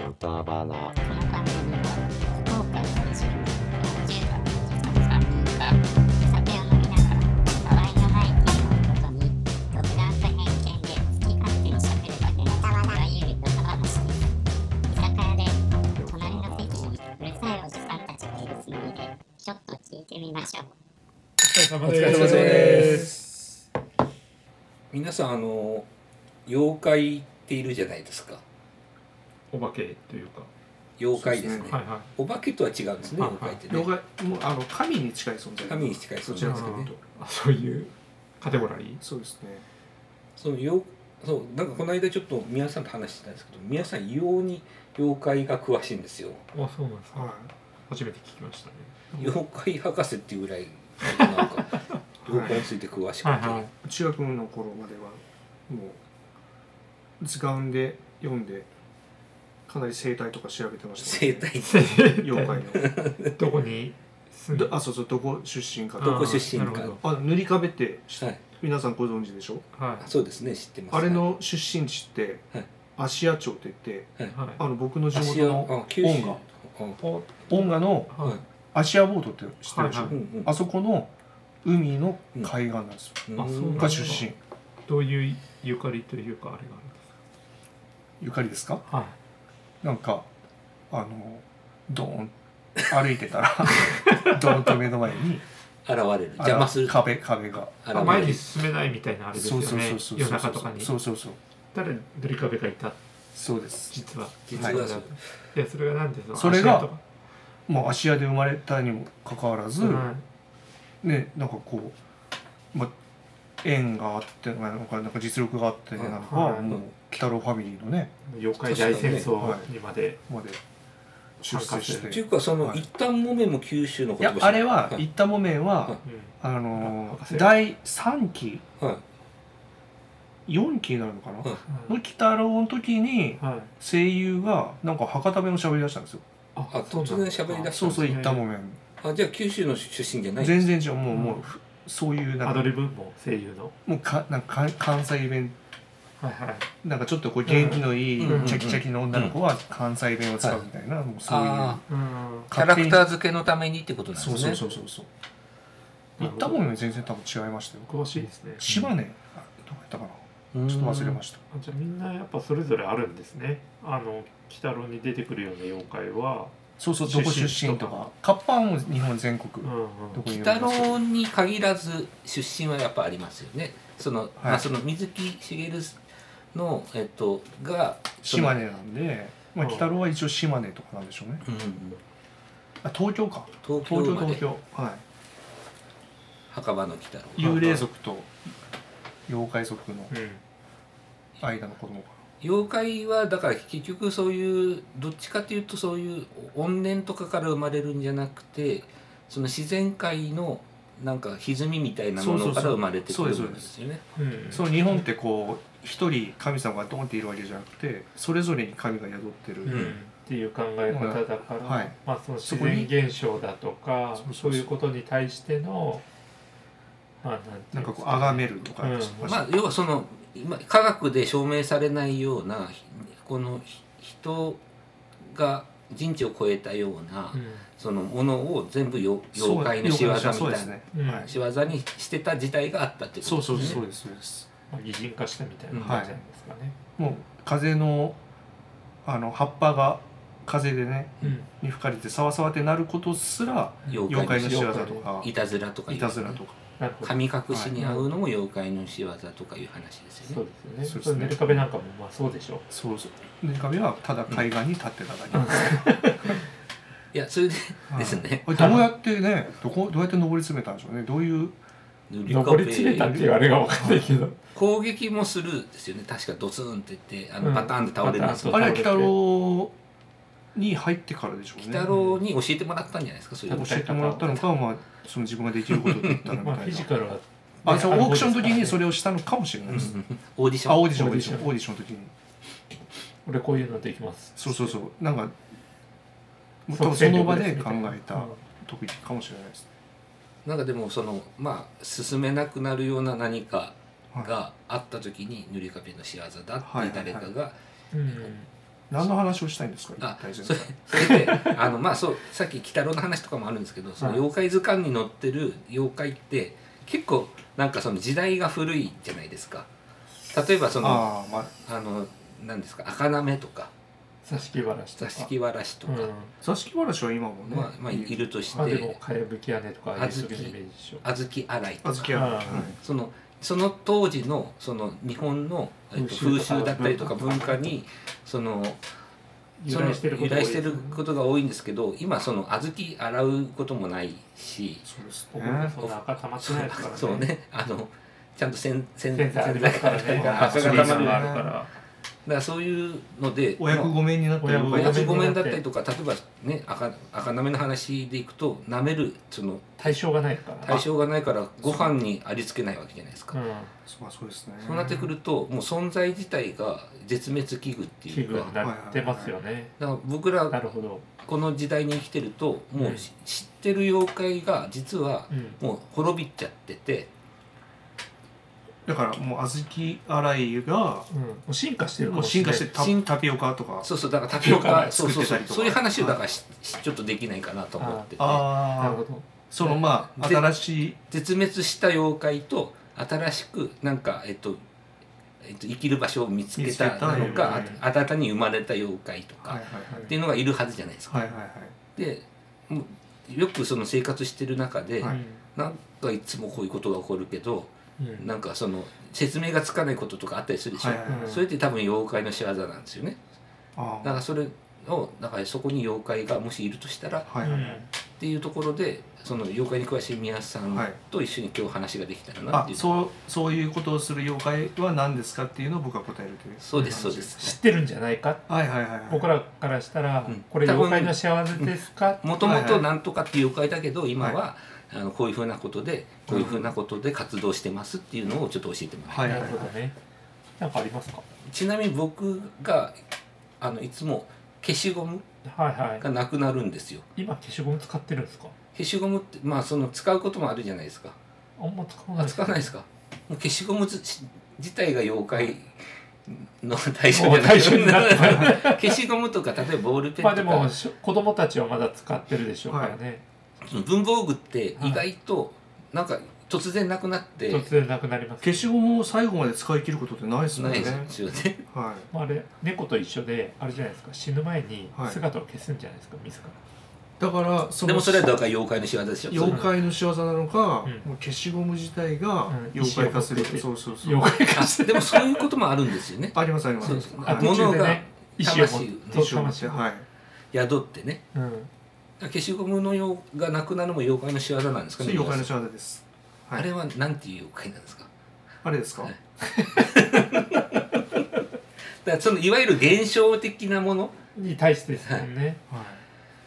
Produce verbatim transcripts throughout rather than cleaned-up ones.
歌花。 この番組は福岡在住のじゅう代のおじさんさんにんが酒を飲みながらたわいのないテーマをもとに独断と偏見で好き勝手にしゃべるだけのいわゆる歌話です。居酒屋で隣の席にうるさいおじさんたちがいるつもりでちょっと聞いてみましょう。 お疲れ様です。皆さんあの妖怪っているじゃないですか。 お化けというか妖怪ですね。 はいはい、 お化けとは違うんですね。 はいはい、 妖怪ってね。 妖怪もうあの神に近い存在。 神に近い存在ですけどね。 あ、そういうカテゴラリー。 そうですね。 その妖そうなんかこの間ちょっと宮さんと話してたんですけど、宮さん異様に妖怪が詳しいんですよ。 あ、そうなんですか。 はい。 初めて聞きましたね。 妖怪博士っていうぐらいなんか妖怪について詳しくて、 はいはい、 中学の頃まではもう図鑑で読んでかなり生態とか調べてました、 生態妖怪のどこに住んで、 あ、そうそう、どこ出身か、 どこ出身か、 あの塗り壁って、 はい、 皆さんご存知でしょ。 はい、 そうですね、知ってます。 あれの出身地って、はい、芦屋町って言って、はい、あの僕の地元の恩賀恩賀の芦屋ボートって知ってるでしょ、はいはい、あそこの海の海岸なんですよ、うん、あ、そうが出身。 どういうゆかりというかあれがあるんですか。 ゆかりですか。 はい、 なんかあのドーン歩いてたらドーンと目の前に現れる、邪魔する壁壁が前に進めないみたいなあれですよね。夜中とかにそうそうそう、 誰塗り壁がいた。 そうです、 実は実は、はい、 いやそれが何ですか。 それがもう芦屋で生まれたにもかかわらず、うん、ね、なんかこう、ま、縁があってなのか、なんか実力があってなのか、はい、もう鬼太郎ファミリーのね、 妖怪大戦争にまで、 はい、まで出世して。 っていうかその、はい、一旦木綿も九州の言葉。 いやあれは、はい、一旦木綿は、はい、あのー、だいさんき、はい、よんきになるのかな、はい、の鬼太郎の時に、はい、声優がなんか博多弁を喋り出したんですよ。 あ、突然喋り出した。 そうそう、一旦木綿。 あ、じゃあ九州の出身じゃない。 全然違う、もう、うん、もうそういうなんかアドリブも声優のもうかなんか関西弁、はいはい、なんかちょっとこう元気のいい、うん、チャキチャキの女の子は関西弁を使うみたいな、うん、もうそういう、うん、 キャラクター付けのためにってことなんですね。 そうそうそうそう。言ったもんね、全然多分違いましたよ。 詳しいですね。 島根、どこやったかな、ちょっと忘れました。 じゃあみんなやっぱそれぞれあるんですね。あの鬼太郎に出てくるような妖怪は。 そうそう、どこ出身とか、カッパンも日本全国、 鬼太郎に限らず出身はやっぱありますよね。その、はい、まあその水木しげるのえっとが島根なんで、まあ鬼太郎は一応島根とかなんでしょうね。うんうん、あ、東京か。 東京東京東京、はい。 墓場の鬼太郎。 幽霊族と妖怪族の間の子供か。 妖怪はだから結局そういうどっちかというとそういう怨念とかから生まれるんじゃなくて、その自然界のなんか歪みみたいなものから生まれてくるんですよね。 そう、日本ってこう一人神様がドンっているわけじゃなくて、それぞれに神が宿ってる、うん、 っていう考え方だから、はい、まあその自然現象だとかそういうことに対してのまあなんかこう崇めるとか、うん、 まあ要はその今科学で証明されないようなこの人が人知を超えたような、うん、そのものを全部妖怪の仕業みたいな仕業にしてた時代があったってことですね。 そうそうそうですそうです。 擬人化したみたいな感じなんですかね。 はい、もう風のあの葉っぱが風でね、うん、に吹かれてサワサワってなることすら妖怪の仕業とかいたずらとかいたずらとか。 神隠しに合うのも妖怪の仕業とかいう話ですよね。 そうですよね。そうですね。塗り壁なんかもまあそうでしょう。 そうそう。塗り壁はただ海岸に立ってただけ。 いやそれでですね。 これどうやってね、どこどうやって登り詰めたんでしょうね。どういう登り詰めたっていうあれが分かんないけど。 攻撃もするですよね。確かドツンって言ってあのパターンで倒れるんですよ。 あれは鬼太郎に入ってからでしょうね。 鬼太郎に教えてもらったんじゃないですか。そういう教えてもらったのか、まあその自分ができることだったらみたいな。 まあフィジカルはあ、そう、オークションの時にそれをしたのかもしれないです。 オーディション。 あ、オーディションオーディションオーディションの時に。 俺こういうのできます。 そうそうそう。なんか多分その場で考えた時かもしれないですね。 なんかでもそのまあ進めなくなるような何かがあった時に塗り壁の仕業だって誰かが何の話をしたいんですか。 あ、それそれであのまあそうさっき鬼太郎の話とかもあるんですけど、その妖怪図鑑に載ってる妖怪って結構なんかその時代が古いじゃないですか。例えばそのあ、まあ、あの何ですか、赤なめとか座敷わらしとか座敷わらしとか、うん、 座敷わらしは今もね、 まあ、まあいるとして、 あでもかやぶき屋根とか小豆洗いとか、 はい、 そのその当時のその日本の風習だったりとか文化にその由来してることが多いんですけど、今その小豆洗うこともないし、 そうですね、そんな赤溜まってないですからね。 そうね、あのちゃんと洗洗剤ありますからね、赤が溜まるから。 だからそういうのでお役御免になってる、 お役御免だったりとか、例えばね、赤赤なめの話でいくと、なめるその対象がないから対象がないからご飯にありつけないわけじゃないですか。 うん、そうですね。 そうなってくるともう存在自体が絶滅危惧っていうか、 危惧になってますよね。 だから僕らこの時代に生きてるともう知ってる妖怪が実はもう滅びちゃってて。 だからもう小豆洗いが、うん、もう進化してるもう進化してタタピオカとか、 そうそう、だからタピオカそうそうそう、そういう話をだから、はい、ちょっとできないかなと思ってて、 ああ、なるほど。そのまあ新しい絶滅した妖怪と新しくなんかえっとえっと生きる場所を見つけたのか、新たに生まれた妖怪とかっていうのがいるはずじゃないですか。 はいはいはい、 で、よくその生活してる中で、はい、なんかいつもこういうことが起こるけど。うん、なんかその説明がつかないこととかあったりするでしょ、はいはいはい、それって多分妖怪の仕業なんですよね。あだからそれをだからそこに妖怪がもしいるとしたら、はいはいはい、っていうところでその妖怪に詳しい宮さんと一緒に今日話ができたらなっていう、 はい、あそうそういうことをする妖怪は何ですかっていうのを僕は答えるという。 そうですそうです、 知ってるんじゃないか、 はいはいはいはい、 僕らからしたら、うん、これ妖怪の仕業ですか、 もともとなんとかっていう妖怪だけど今は、はい、あのこういうふうなことでこういうふうなことで活動してますっていうのをちょっと教えてもらいたい。 なるほどね。なんかありますか。 ちなみに僕があのいつも消しゴムがなくなるんですよ。 はいはい、今消しゴム使ってるんですか。 消しゴムってまあその使うこともあるじゃゃないですか。 あんま使わない、 ね、使わないですか。もう消しゴム自体が妖怪の対象じゃない消しゴムとか例えばボールペンとか、まあでも子供たちはまだ使ってるでしょうからね。 はい、文房具って意外となんか突然なくなって、 突然なくなります、ね、 消しゴムを最後まで使い切ることってないですよね。 ないですよね。 はい。 あれ猫と一緒であれじゃないですか、死ぬ前に姿を消すんじゃないですか、自ら。 だからそのでもそれはだから妖怪の仕業ですよ。 妖怪の仕業なのか、うん、もう消しゴム自体が妖怪化する、うん、そうそうそう。 妖怪化する。でもそういうこともあるんですよね。 ありますあります。 あ物が魂を持ってはい宿ってね。うん、消しゴムのようがなくなるのも妖怪の仕業なんですかね。 妖怪の仕業です。 はい、あれはなんていう妖怪なんですか。 あれですか。はい、 だからそのいわゆる現象的なものに対してですよね。 はい。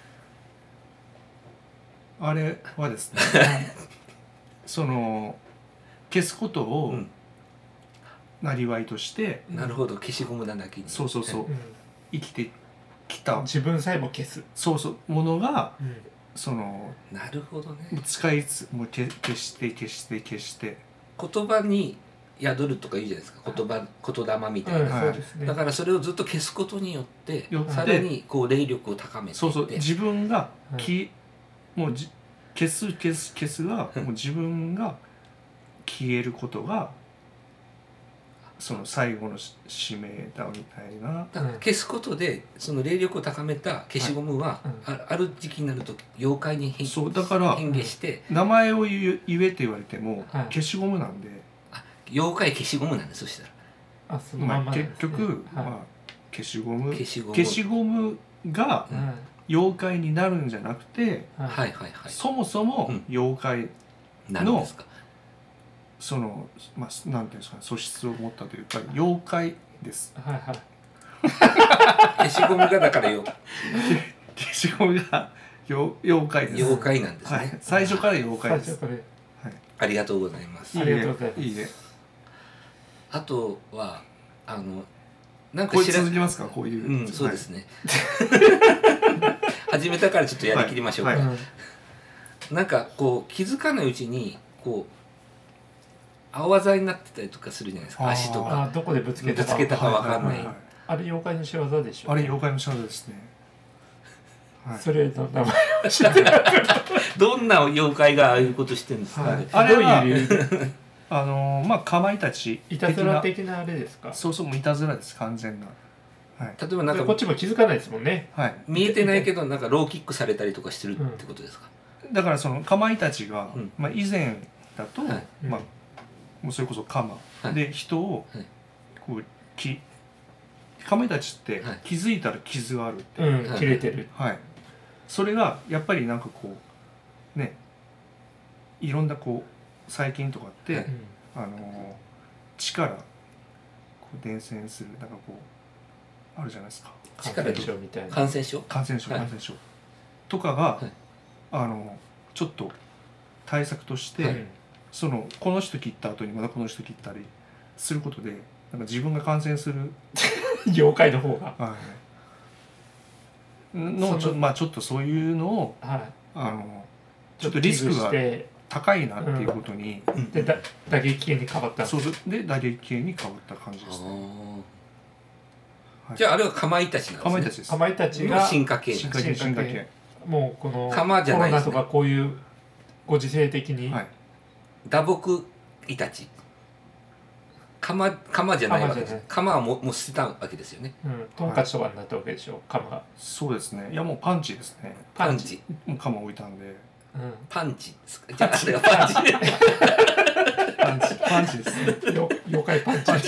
あれはですね、その消すことをなりわいとして、 うん、なるほど、消しゴムなだけに、 そうそうそう、うん、生きてきた自分さえも消す、 そうそうものが、うん、そのなるほどね、 使いつもう消して消して消して言葉に宿るとか言うじゃないですか、言葉言霊みたいな、はい、だからそれをずっと消すことによってさらにこう霊力を高めていって、 そうそう自分がき、うん、もうじ消す消す消すはもう自分が消えることがその最後の使命だみたいな。 だから消すことでその霊力を高めた消しゴムは、はい、あ, ある時期になると妖怪に変そうだから変化して名前を言えって言われても、はい、消しゴムなんで、 あ妖怪消しゴムなんで、そしたらあそのまんまですね、 まあ、結局、はい、まあ、消しゴム消しゴム消しゴムが、うん妖怪になるんじゃなくて、 はいはいはい、 そもそも妖怪の、 うん、 その、まあ、なんていうんですかね、素質を持ったというか妖怪です。 はいはい。 消しゴムがだからよ消しゴムが妖怪です。 妖怪なんですね。はい、 最初から妖怪です。 はい、 ありがとうございます。 ありがとうございます。 いいね。 あとはあのなんかこれ続きますか、こういう。 うん、そうですね。始めたからちょっとやりきりましょうか。はいはい、なんかこう気づかないうちにこう青あざになってたりとかするじゃないですか、足とか。 あどこでぶつけたかぶつけたかわかんない。 あれ妖怪の仕業でしょ。 あれ妖怪の仕業ですね。 はい、それの名前を知ってる。 どんな妖怪がああいうことしてるんですか、はい、 あれはどういう理由であのまあかまいたちいたずら的なあれですか。 そうそう、もういたずらです、完全な。 はい、例えばなんかこっちも気づかないですもんね、 はい、 見えてないけどなんかローキックされたりとかしてるってことですか。 うん、だからそのかまいたちが、うん、まあ、以前だと、はい、まあ、もうそれこそかま、はい、で人をこうきかまいたちって気づいたら傷があるって、 うん、切れてる、 はい、それがやっぱりなんかこうね、いろんなこう細菌とかって、はい、あの力こう伝染するなんかこうあるじゃないですか。 感染症みたいな。 感染症感染症、はい、感染症とかが、はい、あのちょっと対策として、はい、そのこの人切った後にまたこの人切ったりすることでなんか自分が感染する妖怪の方が、 はい、のちょ、まあ、ちょっとそういうのを、はい、あのちょっとリスクが高いなっていうことに、 うん、でだ打撃系に変わった。 そうそう、で打撃系に変わった感じですね。 はい、じゃああれはかまいたちなんですね。 かまいたちです。 かまいたちが進化系。 進化系、進化系。 もうこのかまじゃないですね。 コロナとかこういうご時世的に、はい、 打撲イタチ。かまかまじゃないわけです。かまはももう捨てたわけですよね。 うん。トンカチとかになったわけでしょ。かまが。 そうですね。いやもうパンチですね。 パンチ。 もうかま置いたんで。 うん、パンチですか。じゃああれがパンチ。 パンチパンチですね。 妖怪パンチ。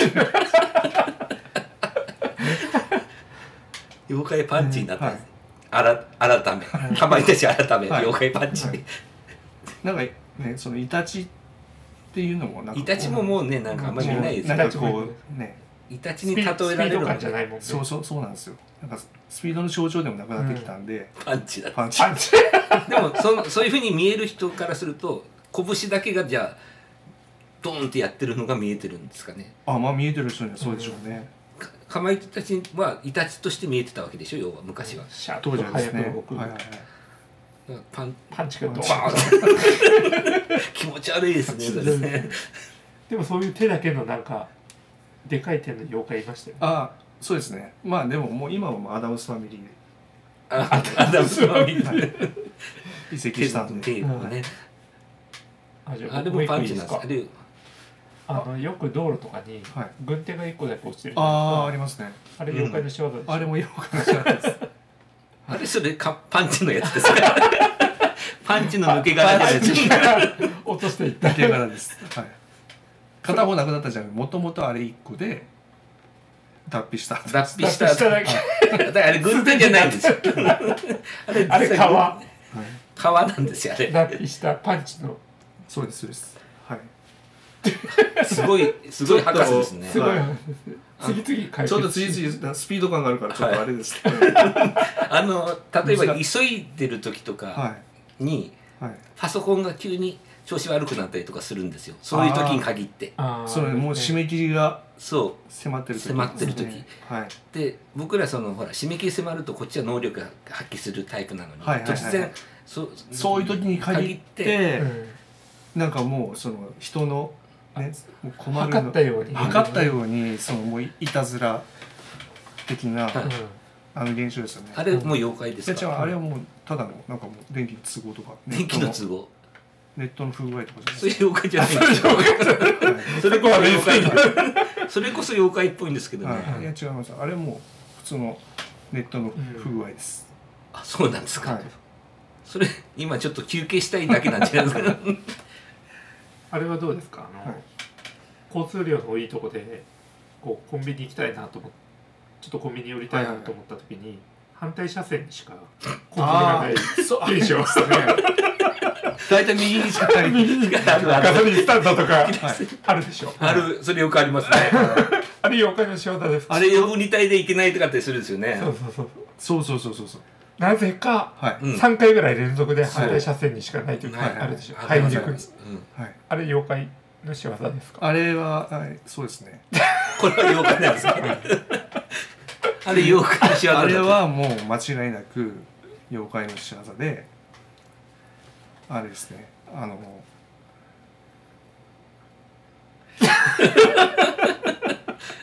妖怪パンチになったんです。あら改めかまいたち改め、はい、妖怪パンチ、はい、 なんかねそのイタチっていうのもなんかイタチももうねなんかあんまり見ないですね。なんかこうねイタチに例えられる感じゃないもんね。 そうそうそうなんですよ。なんかスピードの象徴でもなくなってきたんで、 うん、パンチだパンチでもそのそういうふうに見える人からすると拳だけがじゃあドーンってやってるのが見えてるんですかね。 あ、まあ見えてる人にはそうでしょうね。 うん、かまいたちはイタチとして見えてたわけでしょ、要は昔は。 当時はですね。はいはいはい。 パンパンチがドーン気持ち悪いですね。それね。 でもそういう手だけのなんかでかい手の妖怪いましたよね。 あ、そうですね。まあでももう今はもうアダムスファミリーで。 あ、アダムスファミリーで移籍したんで。 ね。あれもパンチなんですか。 あのよく道路とかに軍手が一個だけ落ちてる。 ああ、ありますね。 あれ妖怪の仕業です。 あれも妖怪の仕業です。 あれそれかパンチのやつですか。パンチの抜け殻じゃないですか。 落としていった抜け殻です。はい。片方なくなったじゃん。もともとあれ一個で脱皮した。 脱皮しただけ。だからあれ軍手じゃないんですよ。 あれあれ皮。 皮なんですよあれ。 脱皮したパンチの。 そうですそうです。はい。 すごいすごい博士ですね。 すごい。次々 ちょっと次々スピード感があるからちょっとあれです。 あの例えば急いでる時とかにパソコンが急に調子悪くなったりとかするんですよ。そういう時に限って。 そうね、もう締め切りがそう迫ってる時。 迫ってる時。で僕らそのほら締め切り迫るとこっちは能力が発揮するタイプなのに突然そうそういう時に限ってなんかもうその人のね、もう困るの測ったように測ったようにそのもういたずら的な、うん、あの現象ですよね。 あれもう妖怪ですか。 いや違う、あれはもうただのなんかもう電気の都合とか電気の都合ネットの不具合とかじゃない。 そういう妖怪じゃないですか。それこそ妖怪それこそ妖怪っぽいんですけどね。 はい、いや違います。あれはもう普通のネットの不具合です。 うん、あ、そうなんですか。はい、それ今ちょっと休憩したいだけなんじゃないですか。 あれはどうですか。あの、はい、交通量のいいとこでこうコンビニ行きたいなと思ってちょっとコンビニ寄りたいなと思った時に、はいはいはい、反対車線にしかコンビニがないでしょ。 大体右にしかない右にガソリンスタンドとかあるでしょ。 ある、それよくありますね。 あれ妖怪の仕業です。 あれ呼ぶに体でいけないとかってするんですよね。 そうそうそうそうそうそうそうそう。 なぜかさんかいぐらい連続で反対車線にしかないというのがあるでしょ。入りにくい。あれ妖怪の仕業ですか。 あれは、はい、そうですね。 これは妖怪なんですか。あれ妖怪の仕業。 あれはもう間違いなく妖怪の仕業で、あれですね。あの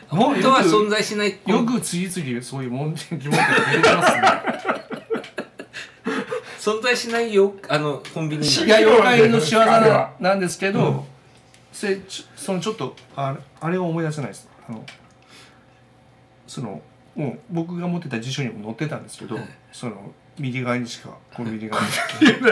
本当は存在しない。 よく次々そういう問題疑問点が出てきますね。 存在しないよ、あのコンビニに。 いや、妖怪の仕業ななんですけど、うん、それちそのちょっとあれあれは思い出せないです。あのそのもう僕が持ってた辞書にも載ってたんですけど、はい、その右側にしかコンビニがない。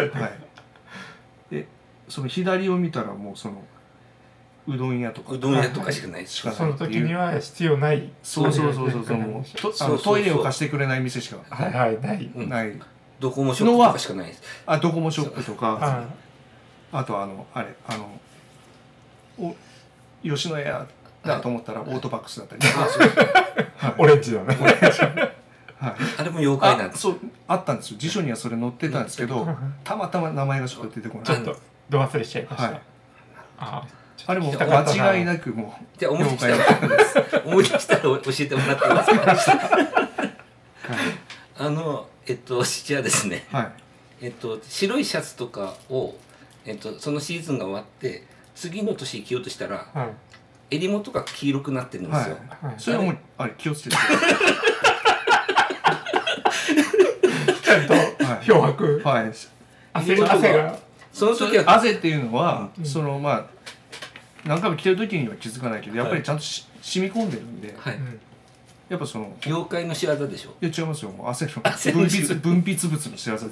はい。で、その左を見たらもうそのうどん屋とかうどん屋とかしかないです。 その時には必要ない。 そうそうそうそうそうもうとあのトイレを貸してくれない店しかはいはいない、 うん、ない。 ドコモショップとかしかないです。 あ、ドコモショップとか、あとあのあれあのお吉野家だと思ったらオートバックスだったり。 オレンジだね。 はい。 あれも妖怪なんです。 そうあったんですよ。辞書にはそれ載ってたんですけど、たまたま名前がちょっと出てこない。 ちょっとど忘れしちゃいました。 ああれも間違いなくもうじゃあ思い出したら思い出したら教えてもらっていいですか。あのえっとじゃあですね、 はい、 えっと白いシャツとかをえっとそのシーズンが終わって次の年着ようとしたら、はい、襟元が黄色くなってるんですよ。 はいはい、それはもうあれ気をつけて。 ちゃんと漂白。 はい。 汗が汗がその時は汗っていうのは、うん、そのまあ何回も着てる時には気づかないけど、やっぱりちゃんとし、はい、染み込んでるんで。はい。やっぱその妖怪の仕業でしょ。 いや違いますよ。もう汗の分泌分泌物の仕業です。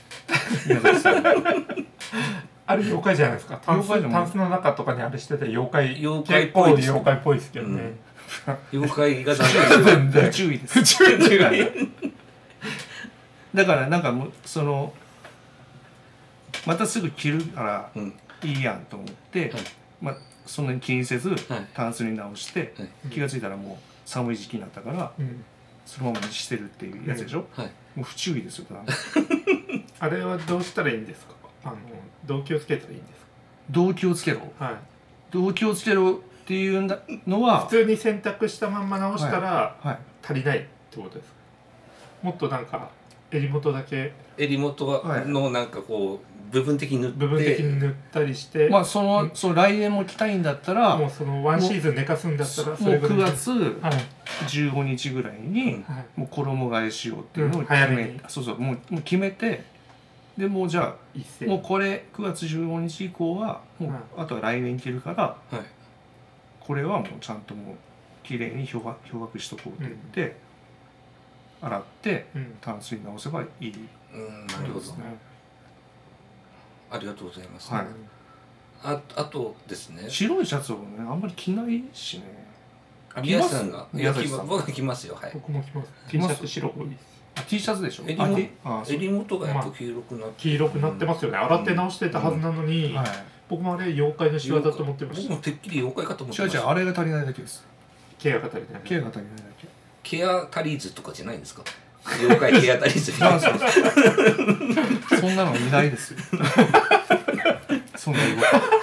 あれ妖怪じゃないですか。タンスタンスの中とかにあれしてて妖怪妖怪っぽい妖怪っぽいですけどね。 うん、妖怪がダメ不注意です。 不注意。 だからなんかもうそのまたすぐ着るからいいやんと思って、うん、まあそんなに気にせず、はい、タンスに直して、はい、気がついたらもう寒い時期になったから、うん、そのままにしてるっていうやつでしょ、うん、はい、もう不注意ですよ。 あれはどうしたらいいんですか。あの動機をつけたらいいんですか。 動機をつけろ、はい、動機をつけろっていうのは普通に洗濯したまんま直したら、はいはい、足りないってことですか。もっとなんか襟元だけ襟元のなんかこう部分的に塗って部分的に塗ったりして、 まあその、うん、その来年も着たいんだったらもうそのワンシーズン寝かすんだったらそれぐらいもうくがつじゅうごにちぐらいにもう衣替えしようっていうのを決め、うん、そうそうもうもう決めて、でもうじゃあもうこれくがつじゅうごにち以降はもう、うん、あとは来年着るから、はい、これはもうちゃんともうきれいに漂白漂白しとこうって言って、うん、洗ってタンスに直せばいい。 うん、なるほどね。ありがとうございます。はい。あ、あとですね。 白いシャツをね、あんまり着ないしね。 宮下さんが、宮下さん、僕は着ますよ。はい。 僕も着ます。T シャツ白多いです。 あ、T シャツでしょ。 襟元、襟元がやっぱ黄色くなって、 黄色くなってますよね。洗って直してたはずなのに、僕もあれ妖怪の仕業だと思ってました。 僕もてっきり妖怪かと思ってました。 違う違う、あれが足りないだけです。 ケアが足りない。 ケアが足りないだけ。 ケア足りずとかじゃないんですか。妖怪ケア足りず。 そんなのいないですよ。そんな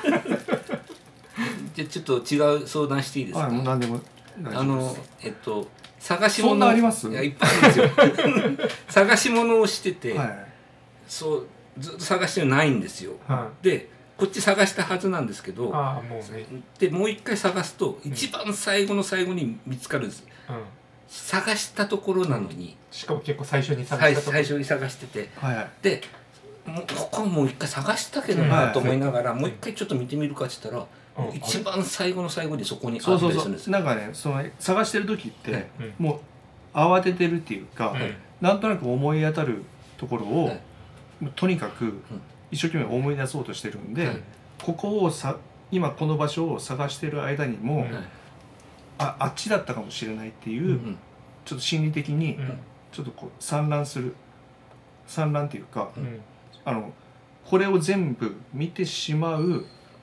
じゃあちょっと違う相談していいですか。 はい、もう何でもあのえっと探し物そんなあります？ いやいっぱいあるんですよ。探し物をしてて、はい、そうずっと探してないんですよ。はい、でこっち探したはずなんですけど、 あもうね、 でもう一回探すと、うん、一番最後の最後に見つかるんです。うん、探したところなのに、 しかも結構最初に探したところ、 最初に探してて、 はいはい、 でもうここはもう一回探したけどなと思いながら、うん、もう一回ちょっと見てみるかって言ったら、うん、一番最後の最後にそこにあったりするんです。 なんかね、その探してる時って、はい、もう慌ててるっていうか、はい、なんとなく思い当たるところを、はい、とにかく一生懸命思い出そうとしてるんで、はい、ここをさ今この場所を探してる間にも、はい、あ, あっちだったかもしれないっていう、うん、ちょっと心理的に、うん、ちょっとこう散乱する散乱っていうか、うん、あのこれを全部見てしまう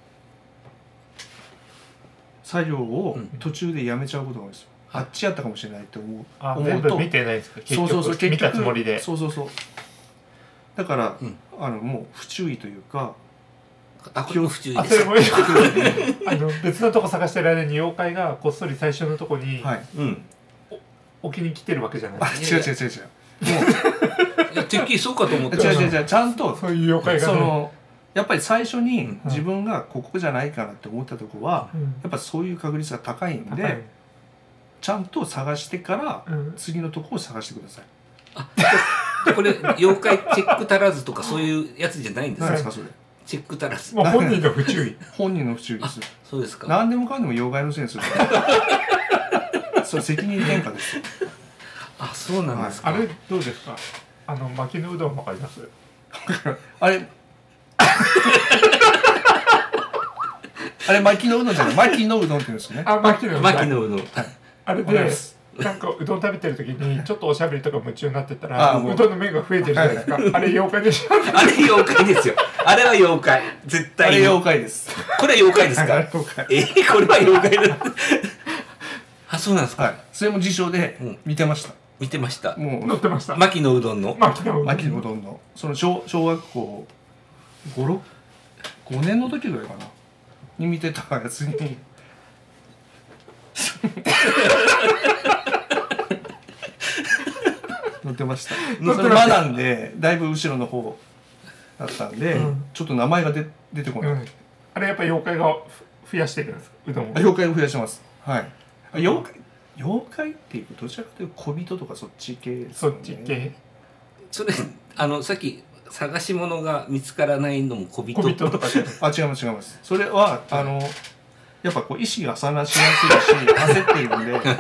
作業を途中でやめちゃうことが多いですよ。うん、あっちやったかもしれないって思う。 あ、思うと見てないですか。結局そうそうそう見たつもりで。 そうそうそう。だから、うん、あのもう不注意というか。 あ、これも不注意です。 あの別のとこ探してる間に妖怪がこっそり最初のとこに、はい、うん、置きに来てるわけじゃない。 あ、違う違う違う違う。もういやてっきりそうかと思って違う違う違う、ちゃんとそういう妖怪が、ね、 そのやっぱり最初に自分がここじゃないかなって思ったとこは、うん、やっぱそういう確率が高いんで、はい、 ちゃんと探してからうん次のとこを探してください。 あこれ妖怪チェック足らずとかそういうやつじゃないんですか。 何ですかそれ。 チェック足らず。 もう本人の不注意。 本人の不注意です。 そうですか。 何でもかんでも妖怪のせいにする。それ責任転嫁です。 あ、そうなんですか。 あれどうですか。あの牧野うどんわかります。 あれあれ牧野うどんじゃない牧野うどんって言うんですよね。 あ、牧野うどん。 牧野うどん。 あれでなんかうどん食べてる時にちょっとおしゃべりとか夢中になってたらあもううどんの麺が増えてるじゃないですか。あれ妖怪でしょ。 あれ妖怪ですよ。あれは妖怪。絶対に。 あれ妖怪です。 これは妖怪ですか。 あれ妖怪。 えー、これは妖怪だ。あ、そうなんですか。 はい。それも辞書で見てました。 見てました。 もう乗ってました。 牧野うどんの。 牧野うどん。 牧野うどんのその小小学校ご、ろく、ごねんの時ぐらいかなに見てたやつに載ってました。それ学んでだいぶ後ろの方だったんで、うん、ちょっと名前が出出てこない、うん、 あれやっぱ妖怪が増やしてるんですか。うどんを妖怪を増やしてます。はい。妖怪妖怪っていうどちらかというと小人とかそっち系ですね。そっち系。 それあのさっき探し物が見つからないのも小人小人とかじゃあ違います違います。それはあのやっぱこう意識が散乱しやすいし焦っているんで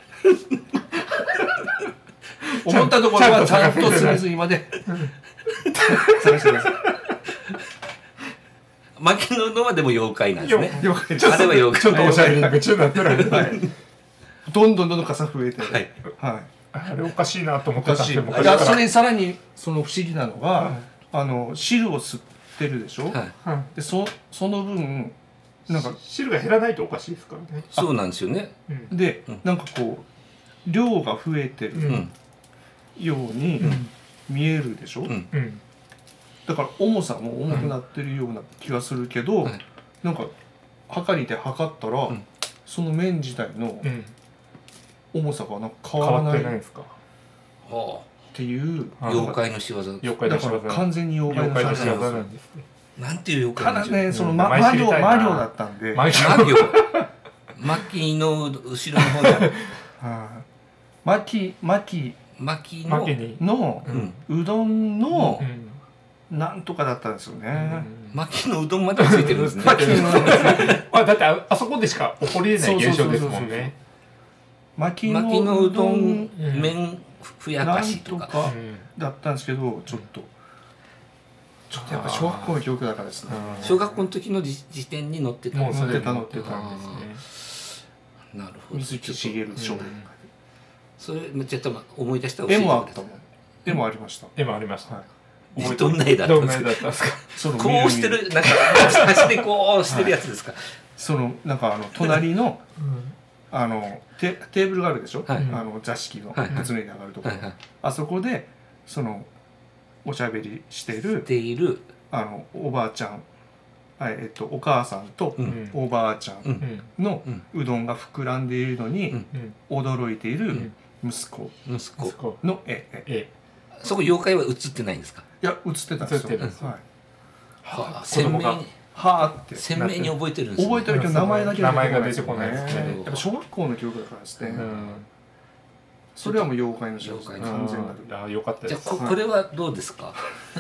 思ったところはちゃんと隅々まで探してください。 牧野うどんはでも妖怪なんですね。 妖怪あれは妖怪。 ちょっとおしゃれに夢中になってる。 はい。どんどんどんどん傘増えて、 はいはい。 あれおかしいなと思ってたんで。 いやそれにさらにその不思議なのが、はい、あの汁を吸ってるでしょ。はい、でそその分なんか汁が減らないとおかしいですからね。 そうなんですよね。 で、うん、なんかこう量が増えてるように見えるでしょ。うんうん、だから重さも重くなってるような気がするけど、うん、なんか測りで測ったら、うん、その麺自体の重さがなんか変わらないっていう妖怪の仕業。 妖怪の仕業。 だから完全に妖怪の仕業なんですね。なんていう妖怪なんですか。ただね、その魔魔行魔行だったんで。 魔行。牧の後ろの方にある。 牧牧牧のうどんのなんとかだったんですよね。 牧のうどんまでついてるんですね。 あ、だってあそこでしか起こりえない現象ですもんね。 牧のうどん麺ふやかしとかだったんですけど、ちょっとちょっとやっぱ小学校の記憶だからですね。 小学校の時の時点に載ってた。 載ってた載ってたんですね。 なるほど。 水木しげる少年。 それちょっと思い出した。 絵もあったもん。絵もありました。 絵もありました。 どんな絵だったんですか。こうしてるなんか端でこうしてるやつですか。 そのなんかあの隣のあのテテーブルがあるでしょ。あの座敷の常に上がるところ。あそこでそのおしゃべりしてるているあのおばあちゃん、えっとお母さんとおばあちゃんのうどんが膨らんでいるのに驚いている息子息子の絵。 そこ妖怪は映ってないんですか。 いや映ってたんですよ。 はい。鮮明にはあって鮮明に覚えてるんですね。 覚えてるけど名前だけ名前が出てこないですね。 やっぱ小学校の記憶だからですね。それはもう妖怪の仕業。完全なる。 あ、よかったです。 じゃあこれはどうですか。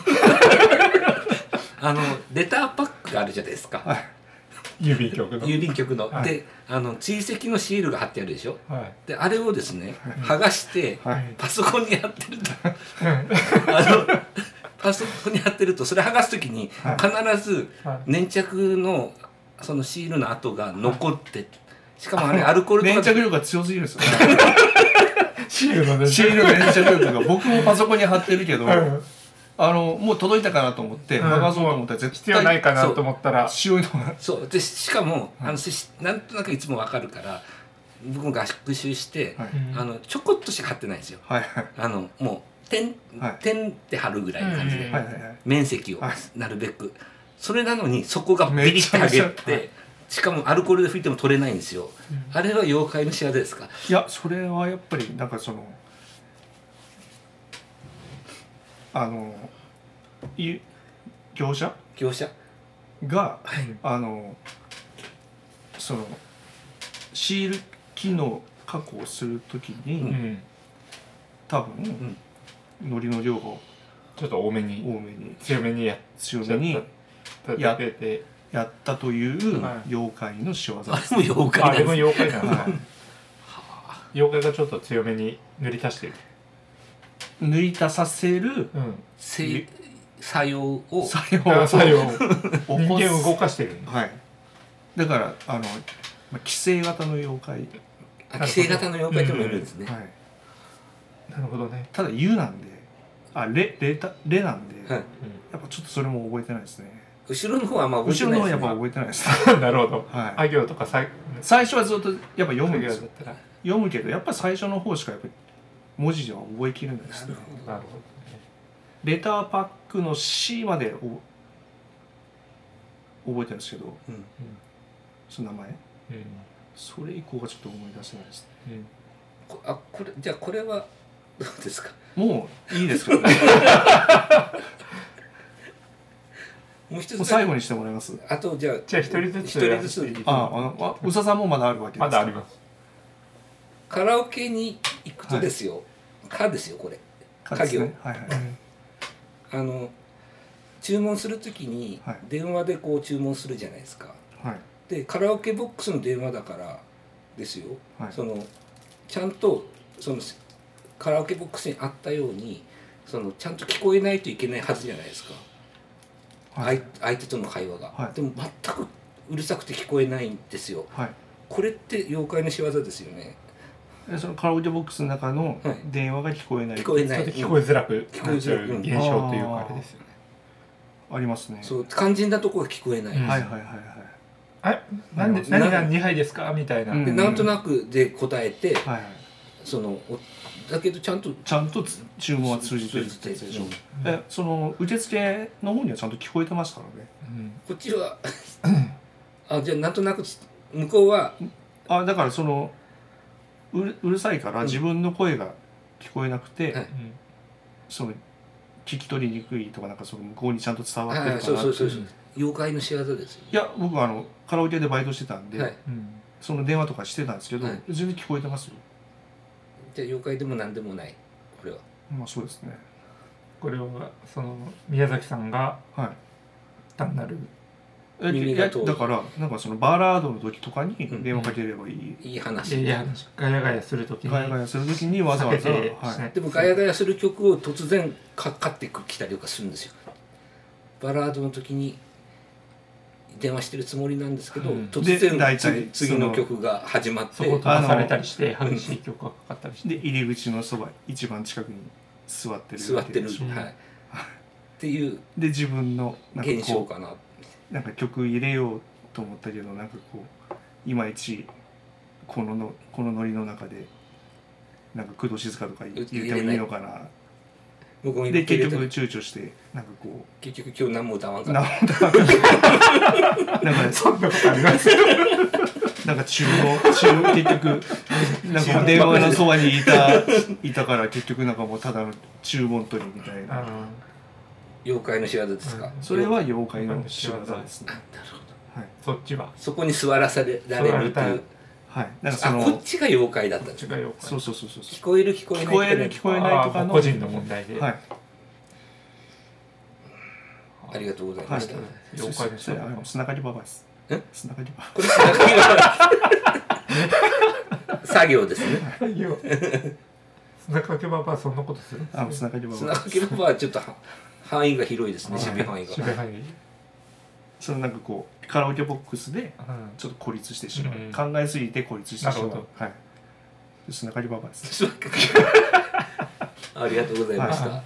あのレターパックがあるじゃないですか。 郵便局の。 郵便局ので、あの追跡のシールが貼ってあるでしょ。であれをですね剥がしてパソコンに貼ってると、あのパソコンに貼ってるとそれ剥がすときに必ず粘着のそのシールの跡が残って、しかもあれアルコールとか粘着力が強すぎるんですよね。 シールの粘着力が僕もパソコンに貼ってるけど、あのもう届いたかなと思って剥がそうと思ったら絶対必要ないかなと思ったら塩のそうで、しかもあのなんとなくいつも分かるから僕も学習して、あのちょこっとしか貼ってないんですよ。あのもう点点って貼るぐらいの感じで面積をなるべく。それなのにそこがビリッと上げて、しかもアルコールで拭いても取れないんですよ。あれは妖怪の仕業ですか。 いやそれはやっぱりなんかそのあの業者業者が、はい、あのそのシール機能加工するときに、 うん、 多分、うん、海苔の量がちょっと多めに多めに強めにや強めにやってやったという妖怪の仕業です。 あれも妖怪あれも妖怪なんです、はい、妖怪がちょっと強めに塗り足してる塗り足させる、うん、 作用を作用を作用を人間を動かしてるんです、 はい、だからあの寄生型の妖怪寄生型の妖怪ともいるんですね、うん、はい、 なるほどね。 ただ「ゆ」なんであレレタレなんで、はい、やっぱちょっとそれも覚えてないですね。 後ろの方はあんま覚えてないですね。 後ろの方はやっぱ覚えてないですなるほど、はい、あ行とかさ最初はずっとやっぱ読むんですよ。読むけどやっぱ最初の方しかやっぱり文字では覚えきれないですね。 なるほどね。 レターパックの C までお覚えてるんですけど、うんうん、その名前、うん、それ以降がちょっと思い出せないですね、うん、 こあこれじゃあこれはどうですか。 もういいですけどねもう一つ最後にしてもらいます。 あとじゃあじゃあ一人ずつ一人ずつああ宇佐さんもまだあるわけですか。 まだあります。 カラオケに行くとですよ、はい、かですよこれ家業、ね、はいはい、あの注文するときに電話でこう注文するじゃないですか、はい、でカラオケボックスの電話だからですよ、はい、そのちゃんとそのカラオケボックスにあったようにそのちゃんと聞こえないといけないはずじゃないですか、はい、相手との会話が、はい、でも全くうるさくて聞こえないんですよ、はい、これって妖怪の仕業ですよね。 そのカラオケボックスの中の電話が聞こえない、 はい、聞こえない、 聞こえづらく聞こえづらく現象というかあれですよね。 ありますね。 そう肝心なところが聞こえない、うん、 はいはいはいはい。 あなんで何がにはいですかみたいな、 でなんとなくで答えて、はいはい、そのだけどちゃんとちゃんと注文は通じてるってやつでしょ、うん、えその受付の方にはちゃんと聞こえてますからね、 うん、こっちはあじゃあなんとなく向こうはあだからそのう る, うるさいから自分の声が聞こえなくて、うん、その聞き取りにくいとかなんかその向こうにちゃんと伝わってるかなって、はい、そうそうそうそう妖怪の仕業ですよ、ね、 いや僕はあのカラオケでバイトしてたんで、はい、その電話とかしてたんですけど、はい、全然聞こえてますよ。 じゃあ妖怪でも何でもないこれは。 まあそうですね。 これはその宮崎さんが単なる、はい耳がだからなんかそのバラードの時とかに電話かければいい、 うん、いい話、 いい話ガヤガヤする時にガヤガヤする時にわざわざ、はい、 でもガヤガヤする曲を突然かかってきたりとかするんですよ。バラードの時に電話してるつもりなんですけど、うん、突然次, 次の曲が始まってそこ飛ばされたりして激しい曲がかかったりしてで入り口のそば一番近くに座ってる座ってる、はい、っていうで自分の現象かな。 なんか曲入れようと思ったけどなんかこういまいちこののこのノリの中でなんか工藤静香とか入れてもいいのかな。僕もで結局躊躇してなんかこう結局今日何も歌わんかった。 何も歌わんかった。なんかそんなことありますなんか注文中結局なんか電話のそばにいたいたから結局なんかもうただの注文取りみたいな。 妖怪の仕業ですか、 うん、それは妖怪の仕業ですね。 なるほど、 はい、そっちはそこに座らされられるっていう、 はい、なんかそのあこっちが妖怪だったんです。 そうそうそうそう聞こえる聞こえない聞こえる聞こえないとかの個人の問題で、はい、 ありがとうございました、はい、 妖怪の仕業砂刈りババです。 え砂刈りババこれ砂刈りババ作業ですね。 作業砂かけババはそんなことするんですね。 あ砂刈りババ砂かけババはちょっと範囲が広いですね。守備範囲が。 守備範囲。 そのなんかこうカラオケボックスでちょっと孤立してしまう、うん、考えすぎて孤立してしまう。はい。砂刈りババです。 ありがとうございました。はい、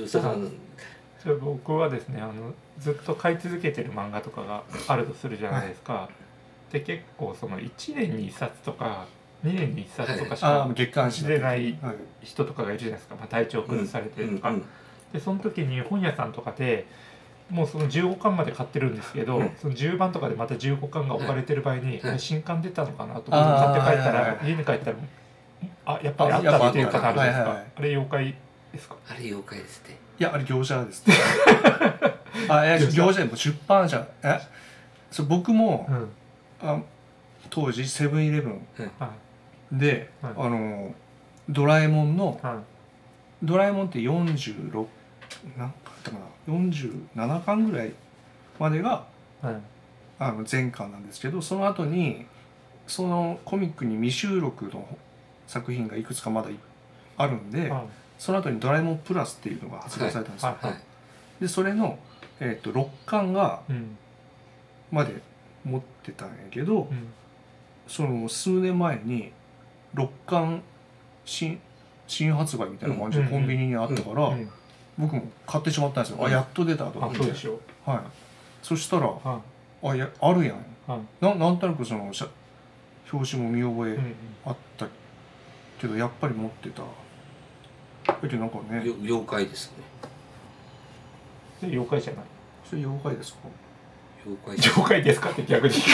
さん僕はですねあのずっと買い続けてる漫画とかがあるとするじゃないですか。はい、で結構そのいちねんにいっさつとかにねんにいっさつとかしか知れない人とかがいるじゃないですか。まあ、体調崩されてるとか。うんうんうんでその時に本屋さんとかでもうそのじゅうごかんまで買ってるんですけど、うん、そのじゅうばんとかでまたじゅうごかんが置かれてる場合に、はい、新刊出たのかなと思って買って帰ったら、はいはい、家に帰ったらあやっぱりあったっていう方あるじゃないですか。あれ妖怪ですか。 あれ妖怪ですね。 いやあれ業者ですね。あいや業者でも出版社えそう僕も、うん、あ当時セブンイレブンで、 はいあのドラえもんのはいドラえもんってよんじゅうろく何巻だったかなよんじゅうななかんぐらいまでがはいあの全巻なんですけど、その後にそのコミックに未収録の作品がいくつかまだあるんで、 はいその後にドラえもんプラスっていうのが発売されたんですよ、 はいはいでそれの、えー、とろっかんがうんまで持ってたんやけど、 うんその数年前にろっかん新新発売みたいな感じでコンビニにあったから、 うん僕も買ってしまったんですよ、 うんあやっと出たと思って、 あそうでしょはい、そしたらはあやあるやんいはいななんとなくそのしゃ表紙も見覚えうんうんあったけどやっぱり持ってただけどなんかねよ妖怪ですね。 で妖怪じゃないそれ妖怪ですか妖怪妖怪ですかって逆に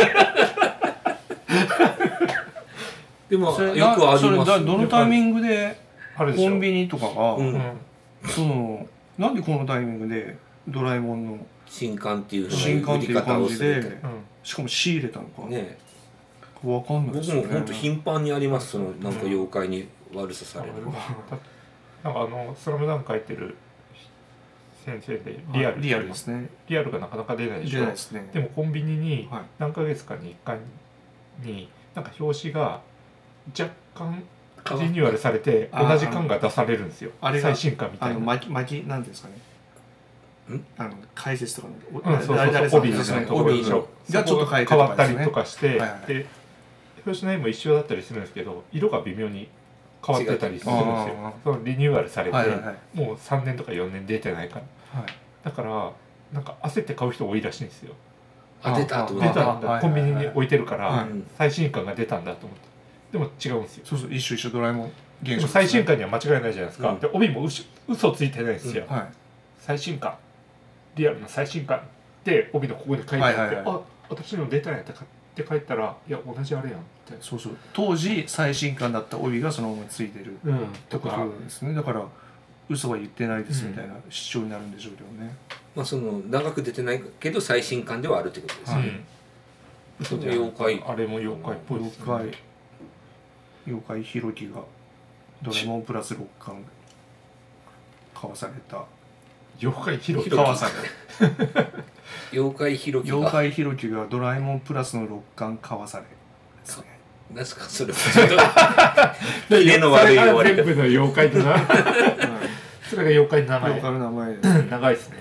でもそれよくありそれますよだどのタイミングであるでしょコンビニとかが、 うんうんそのなんでこのタイミングでドラえもんの新刊っていう新刊っていう感じで、 売り方をするしかも仕入れたのか、 とね。 わかんないですよね僕も本当頻繁にあります。そのなんか妖怪に悪さされる。 なんかあの「スラムダンク書いてる先生でリアルリアルですねリアルがなかなか出ないでしょ出ないですねでもコンビニにはい何ヶ月かにいっかいになんか表紙が若干リニューアルされてあ同じ巻が出されるんですよあれが最新刊みたあいなの巻き巻きなんていうんですかねんあの解説とかのうんそうそう誰々さんそう帯みたいなところでしょがちょっと変えて変わったりとかですねとかしてはいはいで表紙の絵も一緒だったりするんですけど色が微妙に変わってたりするんですよあそのリニューアルされてはいはいはいもうさんねんとかよねん出てないからはいだからなんか焦って買う人多いらしいんですよあ出たと思って。 出たんだはいコンビニに置いてるから、 はい最新刊が出たんだと思ってでも違うんですよそうそう一緒一緒ドラえもん現象でも最新刊には間違いないじゃないですか、 うんで帯もうし嘘ついてないんですよ、 はい最新刊リアルな最新刊で帯のここに書いてあって、 はいはいはいあ私の出たんやって買って帰ったらいや同じあれやんってそうそう当時最新刊だった帯がそのままついてるうんってこととかですねだから嘘は言ってないですみたいな主張になるんでしょうけどね、 まあその長く出てないけど最新刊ではあるってことですね。 うん嘘じゃない妖怪あれも妖怪っぽいです妖ね怪妖怪ひろきがドラえもんプラスろっかん買わされた妖怪広買わされ妖怪ひろき妖が怪ひろきがドラえもんプラスのろっかん買わされですね何ですかそれはちょっとキレの悪い言われ全部の妖怪だなそれが妖怪の名前妖怪の名前です、はい、 長いですね、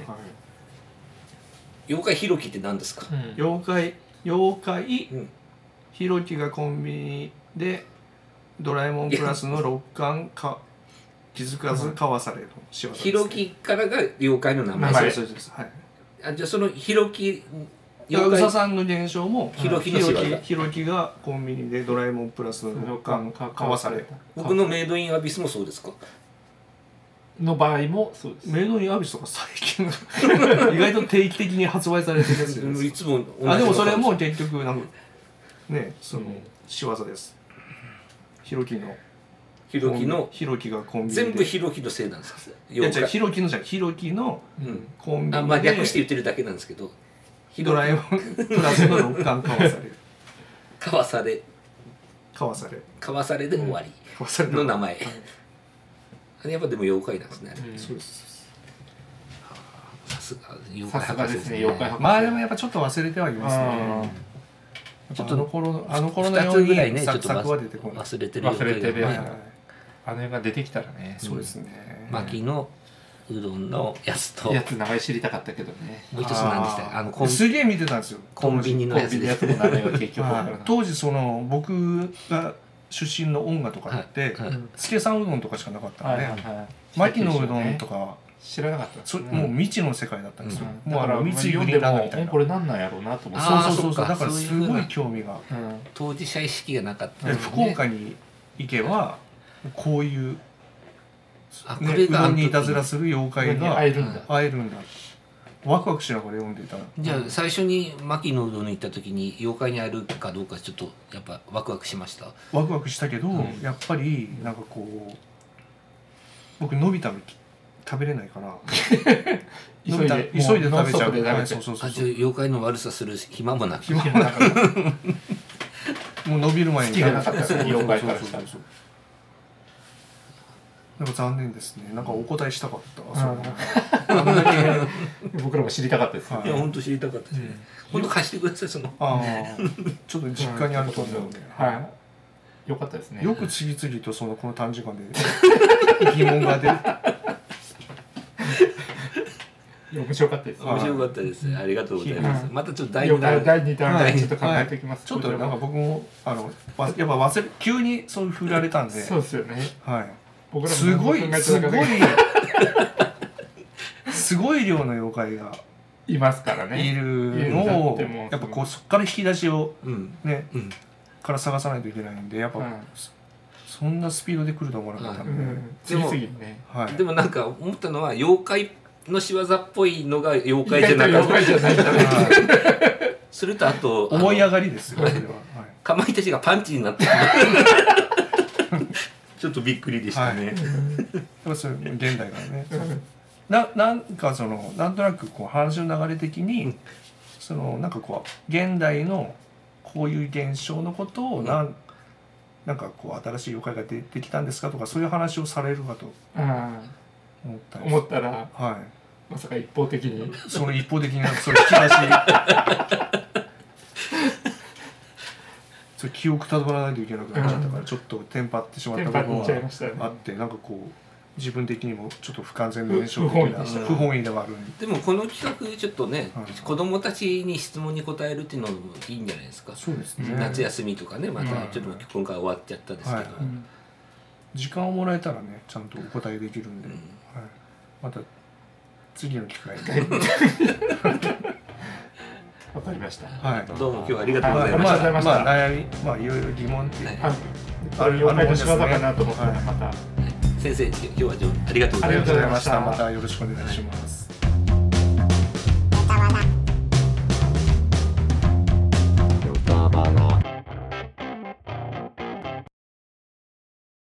妖怪ひろきって何ですか。 うん妖怪妖怪うんひろきがコンビニでドラえもんプラスのろっかんか気づかず買わされる仕業です、ね、 ひろきからが妖怪の名前名前そうですそうですはいあじゃあそのひろき宇佐さんの現象もひろきひろの仕業きひろきがコンビニでドラえもんプラスのろっかん買わされる僕のメイドインアビスもそうですか。 の場合もそうですメイドインアビスとか最近意外と定期的に発売されてるやつじゃないいですかつも同じのあでもそれも結局なんかねそのうん仕業ですひろきのひろきのひろきがコンビニで全部ひろきのせいなんです。 いや違う妖ひろきのじゃんひろきの怪うんコンビニあまあ略してで言ってるだけなんですけどひろドラえもんプラスのろっかん買わされる買わされ買わされ買わされで終わり買わされるの名前あれやっぱでも妖怪なんですねあれうんそうですさすが妖さ怪すがですね博士ですね妖怪博士まあでもやっぱちょっと忘れてはいますあねちょっとちょっとあの頃あの頃の二ようにつぐらいねちょっと作作は出てこない忘れてる忘れてる妖怪がねはいはいはいあの絵が出てきたらねそうですね牧のうどんのやつともやつ名前知りたかったけどねう一つなんでしたよあのコンすげえ見てたんですよコンビニのコンビニのややつですつの名前は結局わからないはい当時その僕が出身の音楽とかってはいはい助さんうどんとかしかなかったんではいはいはい牧のうどんとか知らなかったですそもう未知の世界だったんですようんもうあの三井読んグリでもえーンランナーみたいなこれなんなんやろうなと思ってあーそうそうそうそうそっかだからすそういうふうなごい興味がうん当事者意識がなかったでんですね福岡に行けばこういうねうあこれがどんにいたずらする妖怪が会えるんだ会えるんだワクワクしながら読んでいたじゃあ最初に牧のうどんに行った時に妖怪に会えるかどうかちょっとやっぱワクワクしましたワクワクしたけど、 うんやっぱりなんかこう僕のび太の食べれないからのび太急いで急いで食べちゃうもうノンストップで食べちゃうはいそうそうそうそうあじゃあ妖怪の悪さする暇もなく暇もなかったもう伸びる前に好きがなかったですね妖怪からしたら。 なんか残念ですね。なんかお答えしたかった。 僕らも知りたかったです。 いや本当知りたかったですね。本当貸してくださいその。 ああ、ちょっと実家にあると思うので。 はい。よかったですね。 よく次々とそのこの短時間で疑問が出る。 面白かったです。 面白かったです。ありがとうございます。またちょっと第二弾第二弾ちょっと考えておきます。 ちょっとなんか僕もあのやっぱ忘れ急にそう振られたんで。 そうですよね。 はい。すごいすごいすごい量の妖怪がいますからね。 いるのをやっぱこうそこから引き出しをねから探さないといけないんでやっぱそんなスピードで来ると思わなかったんで。 次々ね。 でもなんか思ったのは妖怪の仕業っぽいのが妖怪じゃなかった。それとあと思い上がりですよ。 かまいたちがパンチになってちょっとびっくりでしたね。 はい、それ現代からね。ななんかそのなんとなくこう話の流れ的に、うん、そのなんかこう現代のこういう現象のことをなん、うん、なんかこう新しい妖怪が出てきたんですかとかそういう話をされるかと思った思ったら、はい、まさか一方的にその一方的なその引き出し。それ記憶たどらないといけなくなっちゃったから、うん、ちょっとテンパってしまった部分はあって、ね、なんかこう自分的にもちょっと不完全な印象的な不本意ではあるんで。でもこの企画ちょっとね、はい、子供たちに質問に答えるっていうのもいいんじゃないですか。 そうですね。 夏休みとかね、またちょっと今回終わっちゃったですけど、はい、 時間をもらえたらねちゃんとお答えできるんで、うん、はい、また次の機会に。 わかりました。 はい。どうも今日はありがとうございました。 まあまあ悩みまあいろいろ疑問っていうか、 あれ妖怪の仕業かなと思ってまた先生今日はありがとうございました。 またよろしくお願いします。